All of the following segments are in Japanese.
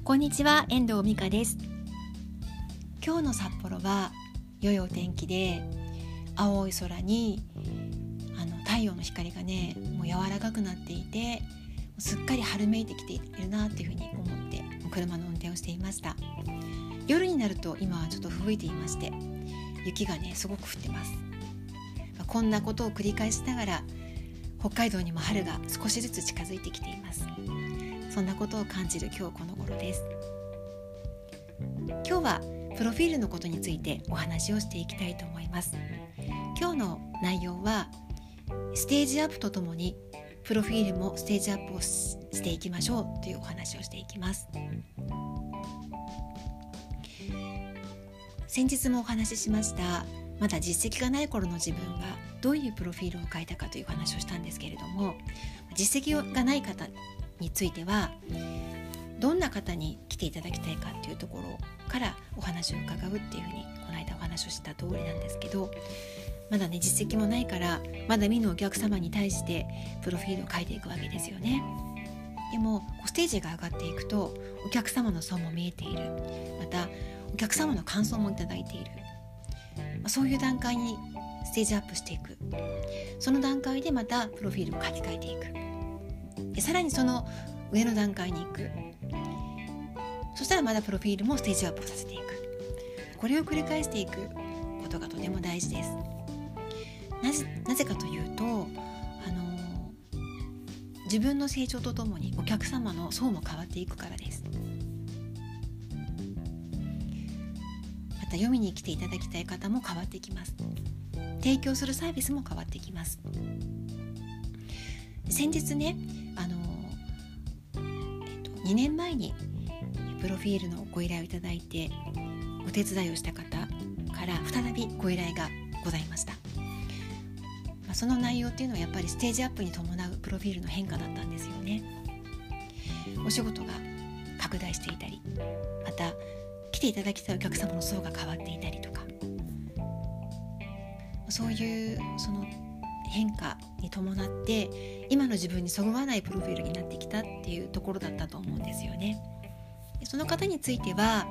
こんにちは、遠藤美香です。今日の札幌は良いお天気で、青い空に太陽の光がね、もう柔らかくなっていて、すっかり春めいてきているなっていうふうに思って車の運転をしていました。夜になると今はちょっと吹雪いていまして、雪がねすごく降ってます。こんなことを繰り返しながら北海道にも春が少しずつ近づいてきています。そんなことを感じる今日この頃です。今日はプロフィールのことについてお話をしていきたいと思います。今日の内容はステージアップとともにプロフィールもステージアップをしていきましょうというお話をしていきます。先日もお話ししました、まだ実績がない頃の自分がどういうプロフィールを書いたかという話をしたんですけれども、実績がない方についてはどんな方に来ていただきたいかというところからお話を伺うっていうふうにこの間お話をした通りなんですけど、まだね実績もないからまだ見ぬお客様に対してプロフィールを書いていくわけですよね。でもステージが上がっていくとお客様の層も見えている、またお客様の感想もいただいている、そういう段階にステージアップしていく。その段階でまたプロフィールを書き換えていく。でさらにその上の段階に行く。そしたらまたプロフィールもステージアップさせていく。これを繰り返していくことがとても大事です。なぜかというと、自分の成長とともにお客様の層も変わっていくからです。また読みに来ていただきたい方も変わってきます。提供するサービスも変わってきます。先日ね、2年前にプロフィールのご依頼をいただいてお手伝いをした方から再びご依頼がございました。その内容っていうのはやっぱりステージアップに伴うプロフィールの変化だったんですよね。お仕事が拡大していたり、また来ていただきたいお客様の層が変わっていたりとか、そういうその変化に伴って今の自分にそぐわないプロフィールになってきたっていうところだったと思うんですよね。その方については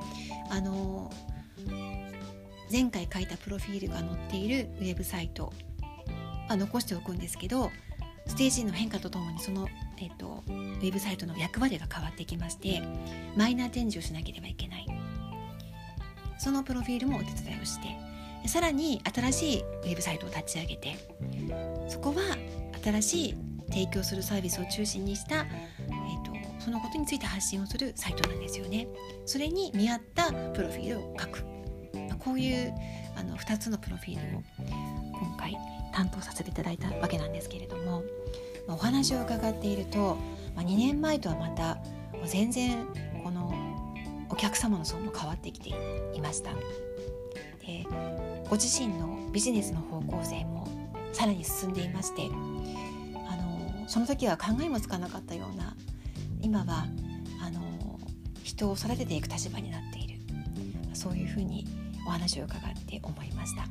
前回書いたプロフィールが載っているウェブサイトは残しておくんですけど、ステージの変化とともにその、ウェブサイトの役割が変わってきまして、マイナー展示をしなければいけない。そのプロフィールもお手伝いをして、さらに新しいウェブサイトを立ち上げて、そこは新しい提供するサービスを中心にした、そのことについて発信をするサイトなんですよね。それに見合ったプロフィールを書く、こういう2つのプロフィールを今回担当させていただいたわけなんですけれども、お話を伺っていると、2年前とはまた全然このお客様の層も変わってきていました。で、ご自身のビジネスの方向性もさらに進んでいまして、その時は考えもつかなかったような、今は人を育てていく立場になっている、そういうふうにお話を伺って思いました。や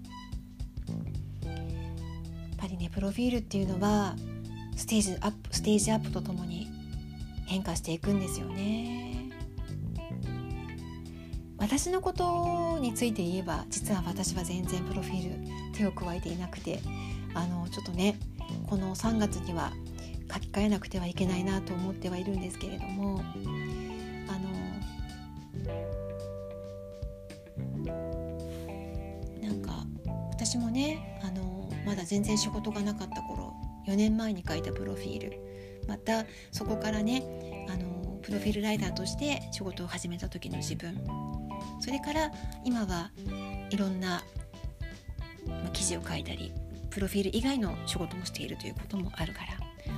っぱりね、プロフィールっていうのはステージアップとともに変化していくんですよね。私のことについて言えば、実は私は全然プロフィール手を加えていなくて、ちょっとねこの3月には書き換えなくてはいけないなと思ってはいるんですけれども、なんか私もねまだ全然仕事がなかった頃、4年前に書いたプロフィール、またそこからねプロフィールライターとして仕事を始めた時の自分、それから今はいろんな記事を書いたりプロフィール以外の仕事もしているということもあるから、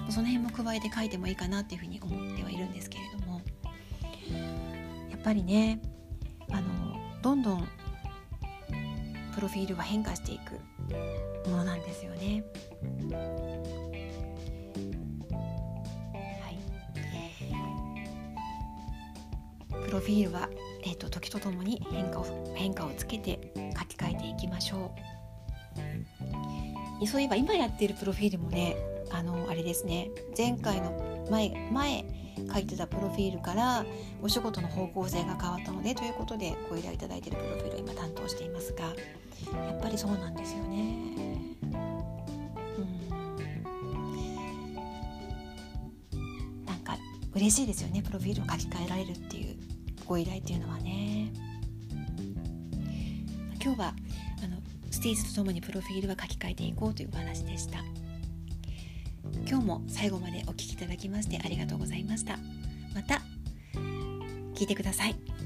その辺も加えて書いてもいいかなっていうふうに思ってはいるんですけれども、やっぱりねどんどんプロフィールは変化していくものなんですよね。はい、プロフィールは、時とともに変化をつけて書き換えていきましょう。そういえば今やっているプロフィールもね、あれですね、前回の前書いてたプロフィールからお仕事の方向性が変わったのでということでご依頼いただいているプロフィールを今担当していますが、やっぱりそうなんですよね。なんか嬉しいですよね、プロフィールを書き換えられるっていうご依頼っていうのはね。今日はステージとともにプロフィールは書き換えていこうというお話でした。今日も最後までお聞きいただきましてありがとうございました。また聞いてください。